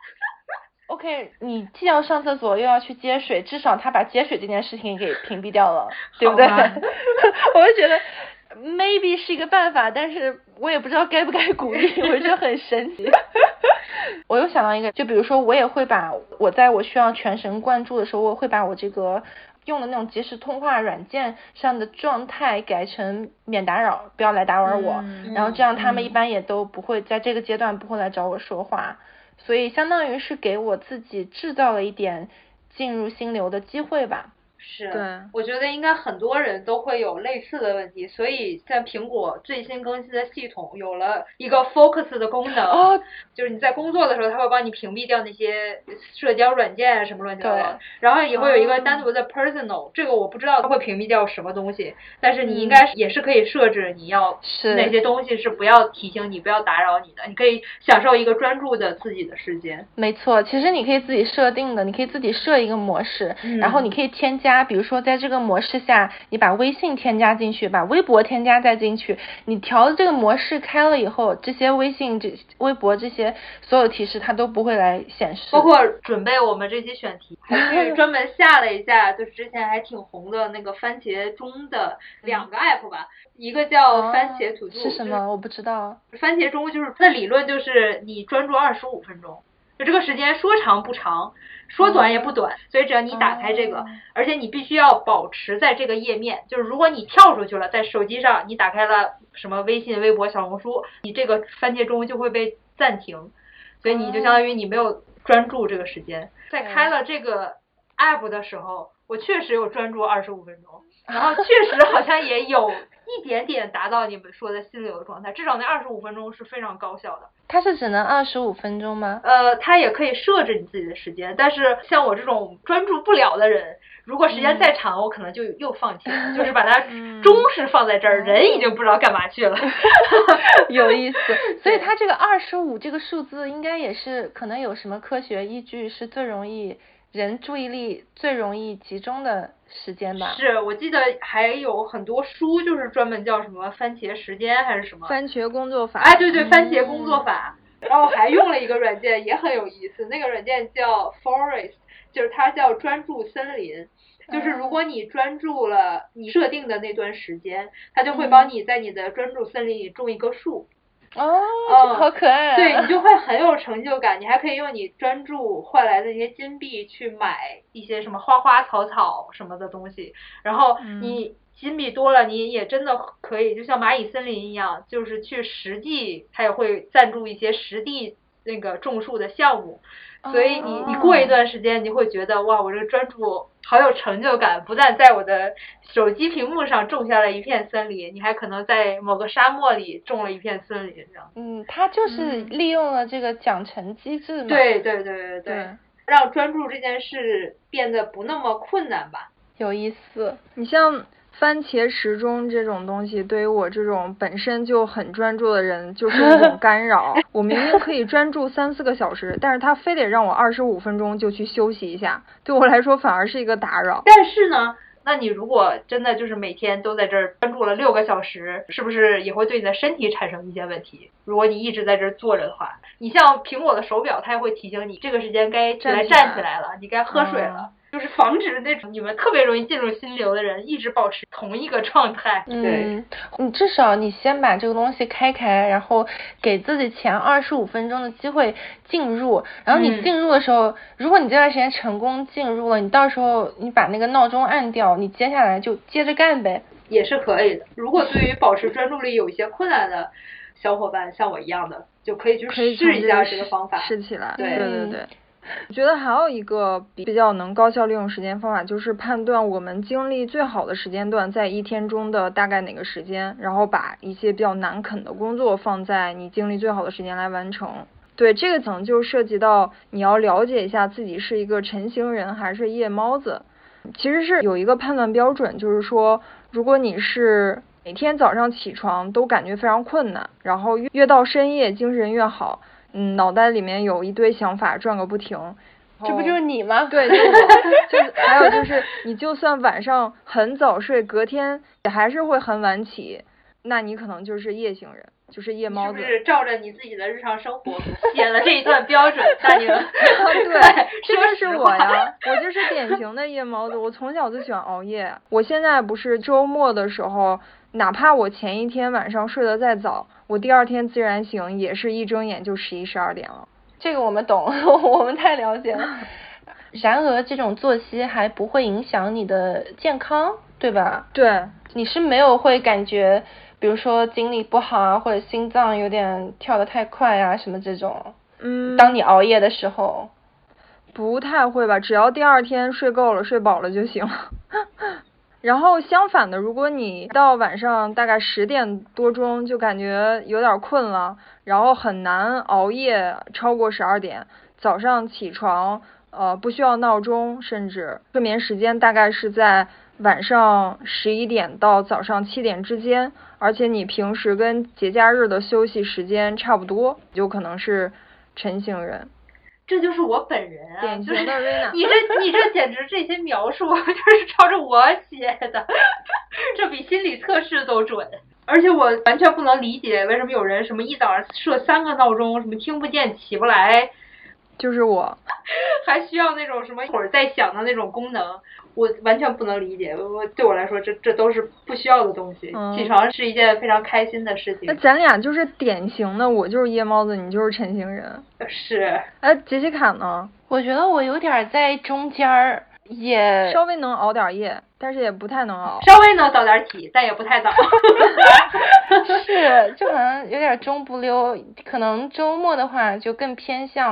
？OK， 你既要上厕所又要去接水，至少他把接水这件事情给屏蔽掉了，对不对？我就觉得 maybe 是一个办法，但是我也不知道该不该鼓励，我觉得很神奇。我又想到一个，就比如说我也会把我在我需要全神贯注的时候，我会把我这个用的那种即时通话软件上的状态改成免打扰，不要来打扰我， 嗯、 然后这样他们一般也都不会在这个阶段不会来找我说话，所以相当于是给我自己制造了一点进入心流的机会吧。 是， 对， 我觉得应该很多人都会有类似的问题，所以像苹果最新更新的系统有了一个 focus 的功能， 哦， 就是你在工作的时候，它会帮你屏蔽掉那些社交软件啊什么乱七八糟，然后也会有一个单独的 personal，、哦、这个我不知道它会屏蔽掉什么东西，但是你应该也是可以设置你要哪些东西是不要提醒你、不要打扰你的，你可以享受一个专注的自己的时间。 没错，其实你可以自己设定的，你可以自己设一个模式， 嗯、 然后你可以添加。比如说在这个模式下，你把微信添加进去，把微博添加再进去，你调这个模式开了以后，这些微信、这微博这些所有提示它都不会来显示。 包括准备我们这期选题，还是专门下了一下，就是之前还挺红的那个番茄钟的两个 app 吧，一个叫番茄 To Do、 哦、是什么、就是、我不知道。 番茄钟就是它的理论就是你专注二十五分钟。就这个时间说长不长，说短也不短，嗯、所以只要你打开这个、嗯，而且你必须要保持在这个页面，就是如果你跳出去了，在手机上你打开了什么微信、微博、小红书，你这个番茄钟就会被暂停，所以你就相当于你没有专注这个时间。在开了这个 app 的时候，我确实有专注二十五分钟，然后确实好像也有一点点达到你们说的心流的状态，至少那二十五分钟是非常高效的。 它是只能二十五分钟吗？ 呃，它也可以设置你自己的时间，但是像我这种专注不了的人，如果时间再长，嗯、我可能就又放弃了，就是把它钟是放在这儿，嗯、人已经不知道干嘛去了。 有意思，所以它这个二十五这个数字应该也是可能有什么科学依据，是最容易人注意力最容易集中的时间吧？ 是，我记得还有很多书就是专门叫什么番茄时间还是什么番茄工作法。 哎，对对，番茄工作法。嗯、然后还用了一个软件也很有意思，那个软件叫 Forest， 就是它叫专注森林。就是如果你专注了你设定的那段时间，它就会帮你在你的专注森林里种一棵树。 哦，这好可爱啊！ 对，你就会很有成就感。你还可以用你专注换来的那些金币去买一些什么花花草草什么的东西，然后你金币多了，你也真的可以就像蚂蚁森林一样，就是去实际，它也会赞助一些实地那个种树的项目。所以你你过一段时间，你会觉得哇，我这个专注好有成就感，不但在我的手机屏幕上种下了一片森林，你还可能在某个沙漠里种了一片森林，这样。 嗯，它就是利用了这个奖惩机制嘛。 对对对对对，让专注这件事变得不那么困难吧。 有意思。 你像番茄时钟这种东西，对于我这种本身就很专注的人，就是一种干扰。我明明可以专注三四个小时，但是他非得让我二十五分钟就去休息一下，对我来说反而是一个打扰。 但是呢，那你如果真的就是每天都在这儿专注了六个小时，是不是也会对你的身体产生一些问题？如果你一直在这儿坐着的话，你像苹果的手表，它也会提醒你这个时间该起来站起来了，你该喝水了。嗯，就是防止那种你们特别容易进入心流的人一直保持同一个状态。 嗯，你至少你先把这个东西开开，然后给自己前二十五分钟的机会进入，然后你进入的时候，嗯、如果你这段时间成功进入了，你到时候你把那个闹钟按掉，你接下来就接着干呗， 也是可以的。如果对于保持专注力有一些困难的小伙伴，像我一样的，就可以去试一下这个方法， 试起来。 对对对对。我觉得还有一个比较能高效利用时间方法，就是判断我们精力最好的时间段在一天中的大概哪个时间，然后把一些比较难啃的工作放在你精力最好的时间来完成。对，这个可能就涉及到你要了解一下自己是一个晨型人还是夜猫子。其实是有一个判断标准，就是说如果你是每天早上起床都感觉非常困难，然后越到深夜精神越好，嗯，脑袋里面有一堆想法转个不停， 这不就是你吗？ 对，就是我。就是还有就是，你就算晚上很早睡，隔天也还是会很晚起，那你可能就是夜行人，就是夜猫子。 是不是照着你自己的日常生活写了这一段标准？大宁。 对，这就是我呀，我就是典型的夜猫子。我从小就喜欢熬夜，我现在不是周末的时候，哪怕我前一天晚上睡得再早，我第二天自然醒，也是一睁眼就十一十二点了。 这个我们懂，我们太了解了。然而这种作息还不会影响你的健康，对吧？ 对， 你是没有会感觉比如说精力不好啊，或者心脏有点跳得太快啊什么这种， 嗯， 当你熬夜的时候不太会吧，只要第二天睡够了睡饱了就行。然后相反的，如果你到晚上大概十点多钟就感觉有点困了，然后很难熬夜超过十二点，早上起床呃不需要闹钟，甚至睡眠时间大概是在晚上十一点到早上七点之间，而且你平时跟节假日的休息时间差不多，就可能是晨型人。 这就是我本人啊， 典型的瑞娜。 你这你这简直这些描述就是照着我写的，这比心理测试都准。而且我完全不能理解为什么有人什么一早上设三个闹钟，什么听不见起不来， 就是我， 还需要那种什么一会儿再响的那种功能，我完全不能理解。我对我来说，这这都是不需要的东西。嗯、起床是一件非常开心的事情。 那咱俩就是典型的，我就是夜猫子，你就是晨型人。 是。 哎，杰西卡呢？ 我觉得我有点在中间儿，也稍微能熬点夜，但是也不太能熬。 稍微能早点起，但也不太早。 是，就好像有点中不溜。可能周末的话，就更偏向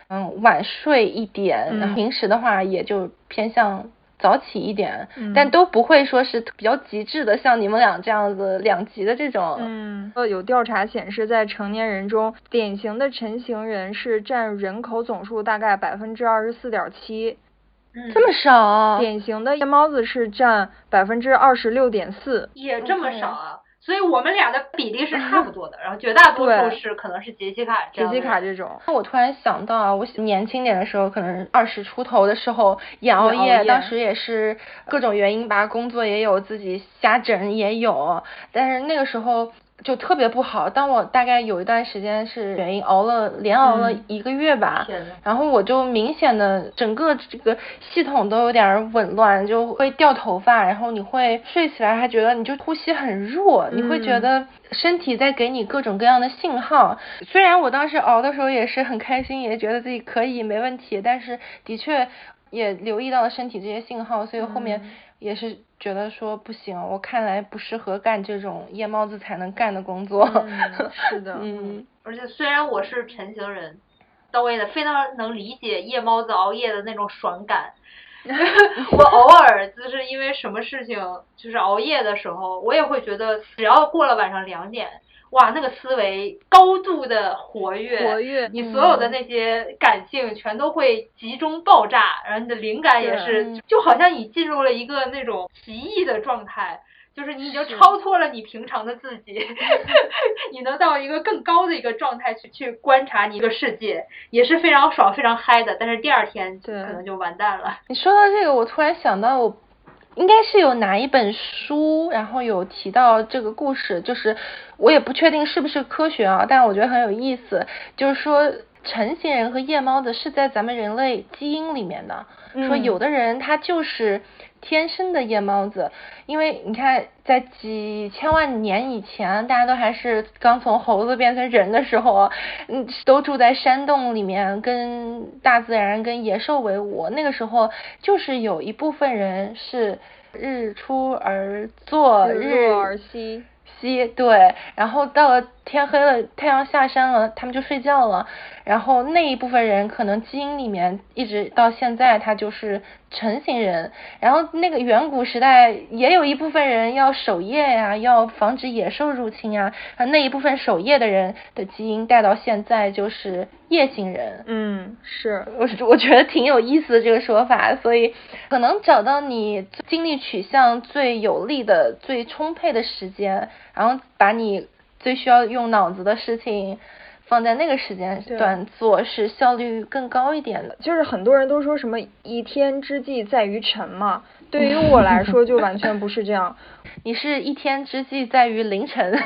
嗯晚睡一点， 嗯、 然后平时的话也就偏向早起一点， 嗯、 但都不会说是比较极致的，像你们俩这样子两极的这种。 嗯，呃，有调查显示，在成年人中，典型的晨型人是占人口总数大概百分之二十四点七。 这么少？ 典型的夜猫子是占百分之二十六点四。 也这么少啊？所以我们俩的比例是差不多的，然后绝大多数是可能是杰西卡这样杰西卡这种。 我突然想到啊，我年轻点的时候，可能二十出头的时候也熬夜，当时也是各种原因吧，工作也有，自己瞎整也有，但是那个时候就特别不好。当我大概有一段时间是原因熬了连熬了一个月吧， 嗯、 然后我就明显的整个这个系统都有点紊乱，就会掉头发，然后你会睡起来还觉得你就呼吸很弱， 嗯、 你会觉得身体在给你各种各样的信号。虽然我当时熬的时候也是很开心，也觉得自己可以没问题，但是的确也留意到了身体这些信号，所以后面也是觉得说不行，我看来不适合干这种夜猫子才能干的工作。 嗯、是的， 嗯。 而且虽然我是晨型人，但我也非常能理解夜猫子熬夜的那种爽感。我偶尔就是因为什么事情，就是熬夜的时候，我也会觉得，只要过了晚上两点。哇，那个思维高度的活跃， 活跃， 你所有的那些感性全都会集中爆炸，然后你的灵感也是，就好像你进入了一个那种奇异的状态，就是你已经超脱了你平常的自己，你能到一个更高的一个状态去去观察你这个世界，也是非常爽、非常嗨的。但是第二天可能就完蛋了。 你说到这个，我突然想到我。应该是有哪一本书，然后有提到这个故事，就是我也不确定是不是科学啊，但是我觉得很有意思，就是说晨型人和夜猫子是在咱们人类基因里面的， 嗯、 说有的人他就是天生的夜猫子，因为你看在几千万年以前，大家都还是刚从猴子变成人的时候，嗯，都住在山洞里面，跟大自然跟野兽为伍，那个时候就是有一部分人是日出而作， 日落而息。 息，对，然后到了天黑了，太阳下山了，他们就睡觉了。然后那一部分人可能基因里面一直到现在他就是晨型人。然后那个远古时代也有一部分人要守夜呀，要防止野兽入侵呀，那一部分守夜的人的基因带到现在就是夜行人。 嗯，是， 我我觉得挺有意思的这个说法，所以可能找到你精力取向最有利的、最充沛的时间，然后把你最需要用脑子的事情放在那个时间段做，是效率更高一点的。 就是很多人都说什么一天之计在于晨嘛，对于我来说就完全不是这样。 你是一天之计在于凌晨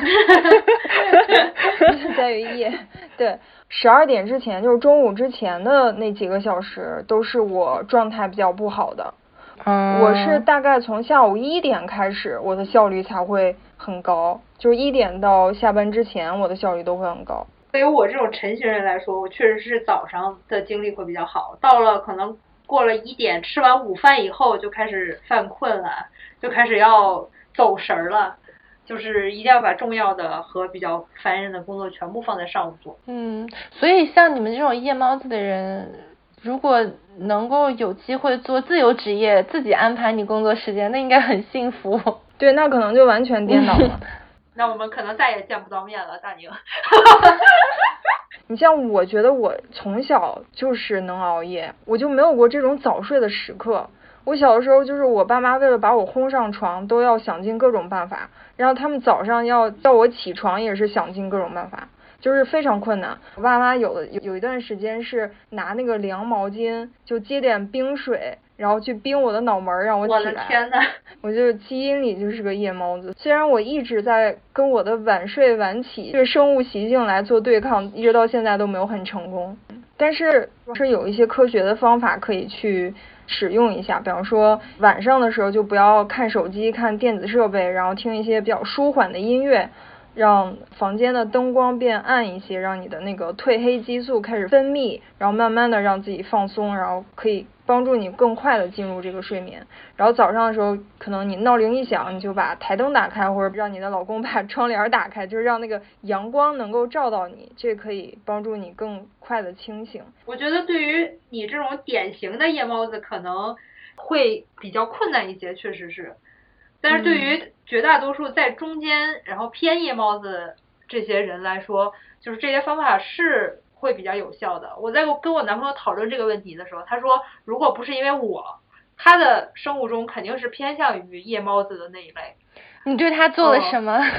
在于夜。对，十二点之前就是中午之前的那几个小时都是我状态比较不好的。 嗯， 我是大概从下午一点开始，我的效率才会很高，就是一点到下班之前，我的效率都会很高。 对于我这种晨型人来说，我确实是早上的精力会比较好，到了可能过了一点，吃完午饭以后就开始犯困了，就开始要走神了，就是一定要把重要的和比较烦人的工作全部放在上午做。 嗯，所以像你们这种夜猫子的人，如果能够有机会做自由职业，自己安排你工作时间，那应该很幸福。 对，那可能就完全颠倒了。 那我们可能再也见不到面了，大宁。 你像我觉得我从小就是能熬夜，我就没有过这种早睡的时刻。我小的时候就是我爸妈为了把我轰上床都要想尽各种办法，然后他们早上要叫我起床也是想尽各种办法，就是非常困难。我爸妈有的有有一段时间是拿那个凉毛巾就接点冰水，然后去冰我的脑门让我起来。 我的天哪！ 我就基因里就是个夜猫子，虽然我一直在跟我的晚睡晚起这个生物习性来做对抗，一直到现在都没有很成功，但是是有一些科学的方法可以去使用一下，比方说晚上的时候就不要看手机看电子设备，然后听一些比较舒缓的音乐，让房间的灯光变暗一些，让你的那个褪黑激素开始分泌，然后慢慢的让自己放松，然后可以帮助你更快的进入这个睡眠。然后早上的时候，可能你闹铃一响，你就把台灯打开，或者让你的老公把窗帘打开，就是让那个阳光能够照到你，这可以帮助你更快的清醒。 我觉得对于你这种典型的夜猫子可能会比较困难一些，确实是。但是对于绝大多数在中间然后偏夜猫子这些人来说，就是这些方法是会比较有效的。我在跟我男朋友讨论这个问题的时候，他说如果不是因为我，他的生物钟肯定是偏向于夜猫子的那一类。 你对他做了什么？哦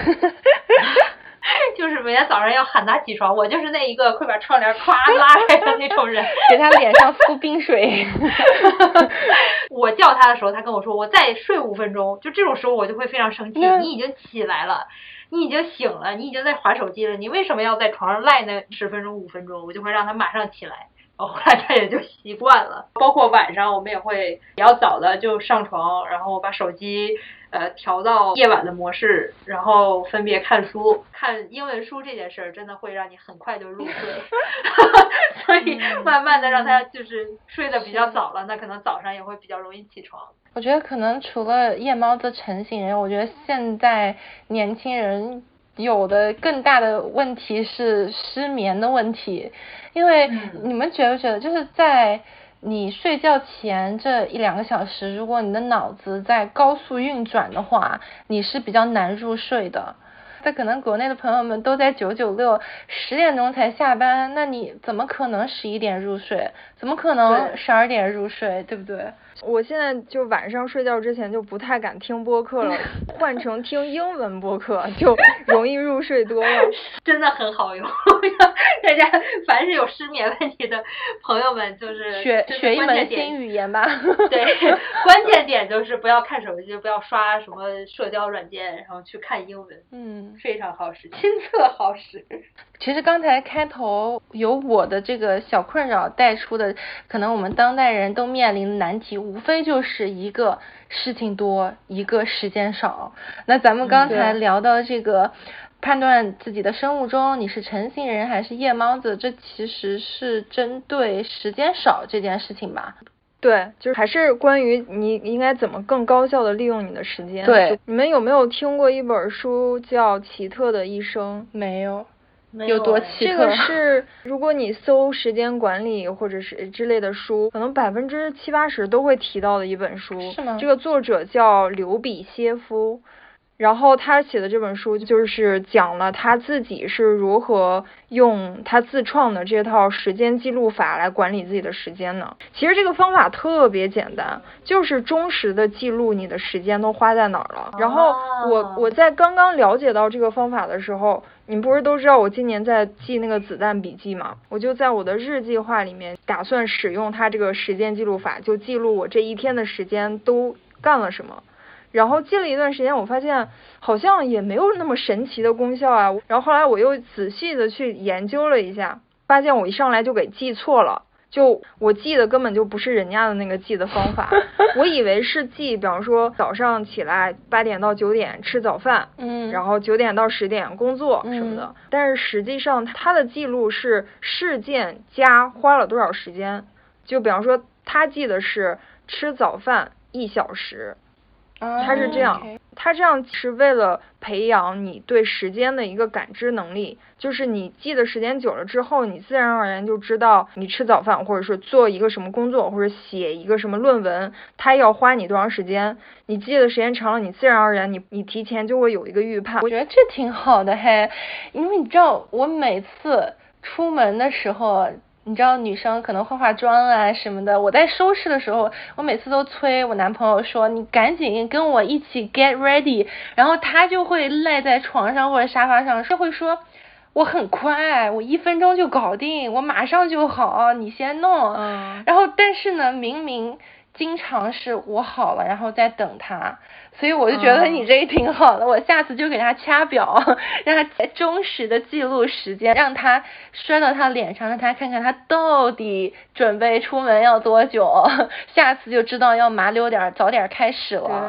就是每天早上要喊他起床，我就是那一个会把窗帘咵拉开的那种人， 给他脸上敷冰水。 我叫他的时候，他跟我说我再睡五分钟，就这种时候我就会非常生气。嗯、你已经起来了，你已经醒了，你已经在滑手机了，你为什么要在床上赖那十分钟五分钟？我就会让他马上起来。后来他也就习惯了。包括晚上我们也会比较早的就上床，然后把手机呃调到夜晚的模式，然后分别看书。看英文书这件事儿真的会让你很快就入睡。所以慢慢的让他就是睡得比较早了，那可能早上也会比较容易起床。 我觉得可能除了夜猫子成型人，我觉得现在年轻人有的更大的问题是失眠的问题。因为你们觉不觉得就是在你睡觉前这一两个小时，如果你的脑子在高速运转的话，你是比较难入睡的。在可能国内的朋友们都在九九六十点钟才下班，那你怎么可能十一点入睡？怎么可能十二点入睡？对不对？ 我现在就晚上睡觉之前就不太敢听播客了，换成听英文播客就容易入睡多了。 真的很好用。大家凡是有失眠问题的朋友们，就是学学一门新语言吧。 对，关键点就是不要看手机，不要刷什么社交软件，然后去看英文。 嗯， 非常好使，亲测好使。 其实刚才开头有我的这个小困扰带出的，可能我们当代人都面临的难题，无非就是一个事情多，一个时间少。那咱们刚才聊到这个判断自己的生物钟，你是晨型人还是夜猫子，这其实是针对时间少这件事情吧。 对，就是还是关于你应该怎么更高效的利用你的时间。 对， 你们有没有听过一本书叫《奇特的一生》？ 没有。 有多奇特？ 这个是如果你搜时间管理或者是之类的书，可能百分之七八十都会提到的一本书。 是吗？ 这个作者叫刘比歇夫。然后他写的这本书就是讲了他自己是如何用他自创的这套时间记录法来管理自己的时间呢。其实这个方法特别简单，就是忠实的记录你的时间都花在哪儿了。然后我我在刚刚了解到这个方法的时候，你们不是都知道我今年在记那个子弹笔记吗？我就在我的日计划里面打算使用它这个时间记录法，就记录我这一天的时间都干了什么。然后记了一段时间，我发现好像也没有那么神奇的功效啊。然后后来我又仔细的去研究了一下，发现我一上来就给记错了。就我记的根本就不是人家的那个记的方法，我以为是记，比方说早上起来八点到九点吃早饭， 嗯， 然后九点到十点工作什么的。嗯、但是实际上他的记录是事件加花了多少时间。就比方说他记得是吃早饭一小时。他是这样、 oh, okay. 他这样是为了培养你对时间的一个感知能力，就是你记的时间久了之后，你自然而然就知道你吃早饭或者是做一个什么工作或者写一个什么论文，它要花你多长时间，你记的时间长了，你自然而然你你提前就会有一个预判。 我觉得这挺好的嘿，因为你知道我每次出门的时候，你知道女生可能化化妆啊什么的，我在收拾的时候，我每次都催我男朋友说你赶紧跟我一起 get ready， 然后他就会赖在床上或者沙发上，就会说我很快，我一分钟就搞定，我马上就好，你先弄。 嗯， 然后但是呢，明明经常是我好了然后再等他，所以我就觉得你这个挺好的、嗯、我下次就给他掐表，让他忠实的记录时间，让他摔到他脸上，让他看看他到底准备出门要多久，下次就知道要麻溜点早点开始了。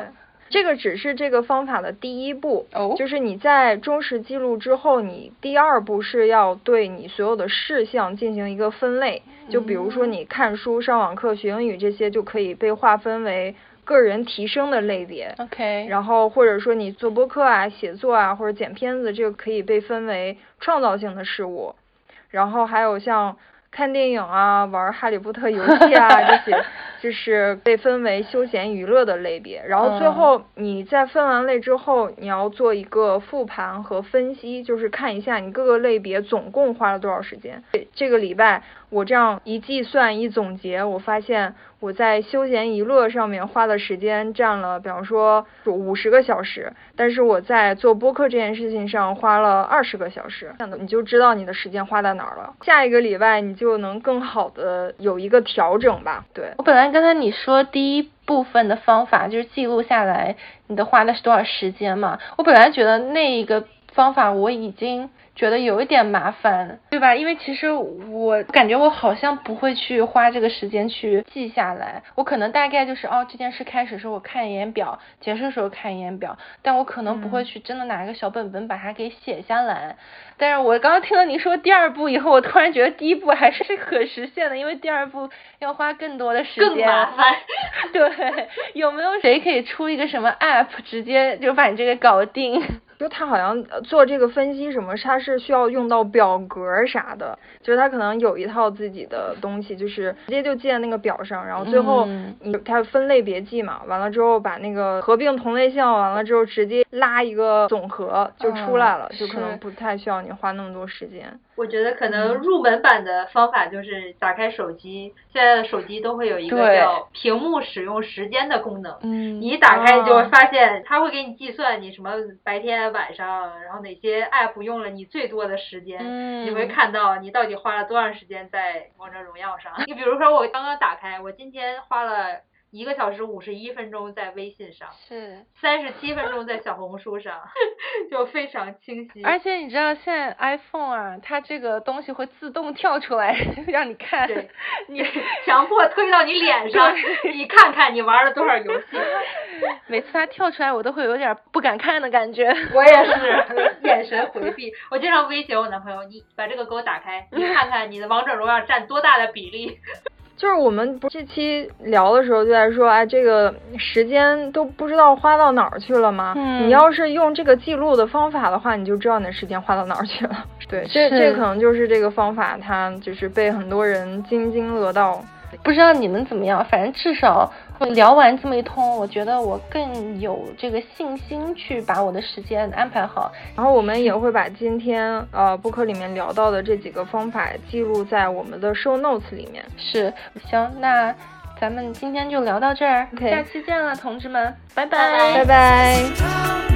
这个只是这个方法的第一步， 哦， 就是你在忠实记录之后，你第二步是要对你所有的事项进行一个分类，就比如说你看书、上网课、学英语这些就可以被划分为个人提升的类别 ，OK， 然后或者说你做播客啊、写作啊或者剪片子，这个可以被分为创造性的事物，然后还有像看电影啊、玩哈利波特游戏啊这些，就是被分为休闲娱乐的类别。然后最后你在分完类之后，你要做一个复盘和分析，就是看一下你各个类别总共花了多少时间。这个礼拜我这样一计算一总结，我发现我在休闲娱乐上面花的时间占了，比方说五十个小时，但是我在做播客这件事情上花了二十个小时，你就知道你的时间花在哪儿了。下一个礼拜你就能更好的有一个调整吧。对， 我本来刚才你说第一部分的方法就是记录下来你的花的是多少时间嘛，我本来觉得那一个方法我已经觉得有一点麻烦，对吧？因为其实我感觉我好像不会去花这个时间去记下来，我可能大概就是哦，这件事开始的时候我看一眼表，结束的时候看一眼表，但我可能不会去真的拿个小本本把它给写下来。嗯、但是我刚刚听了你说第二步以后，我突然觉得第一步还是可实现的，因为第二步要花更多的时间， 更麻烦。 对，有没有谁可以出一个什么 app 直接就把你这个搞定？ 就他好像做这个分析什么，他是需要用到表格啥的，就是他可能有一套自己的东西，就是直接就记在那个表上，然后最后你他分类别记嘛，完了之后把那个合并同类项，完了之后直接拉一个总和就出来了，嗯、就可能不太需要你花那么多时间。 我觉得可能入门版的方法就是打开手机，现在的手机都会有一个叫屏幕使用时间的功能， 嗯， 你一打开就会发现它会给你计算你什么白天晚上，然后哪些 app 用了你最多的时间， 嗯， 你会看到你到底花了多长时间在王者荣耀上。你比如说我刚刚打开，我今天花了一个小时五十一分钟在微信上， 是三十七分钟在小红书上，就非常清晰。 而且你知道现在 iPhone 啊，它这个东西会自动跳出来让你看， 对，你强迫推到你脸上，你看看你玩了多少游戏。 每次它跳出来，我都会有点不敢看的感觉。 我也是，眼神回避。我经常威胁我男朋友，你把这个给我打开，你看看你的王者荣耀占多大的比例。 就是我们这期聊的时候就在说，哎，这个时间都不知道花到哪儿去了吗？ 嗯， 你要是用这个记录的方法的话，你就知道你的时间花到哪儿去了。对，这这可能就是这个方法，它就是被很多人津津乐道。 不知道你们怎么样，反正至少聊完这么一通，我觉得我更有这个信心去把我的时间安排好。 然后我们也会把今天呃播客里面聊到的这几个方法记录在我们的 show notes 里面。 是，行，那咱们今天就聊到这儿， okay. 下期见了，同志们，拜拜拜拜。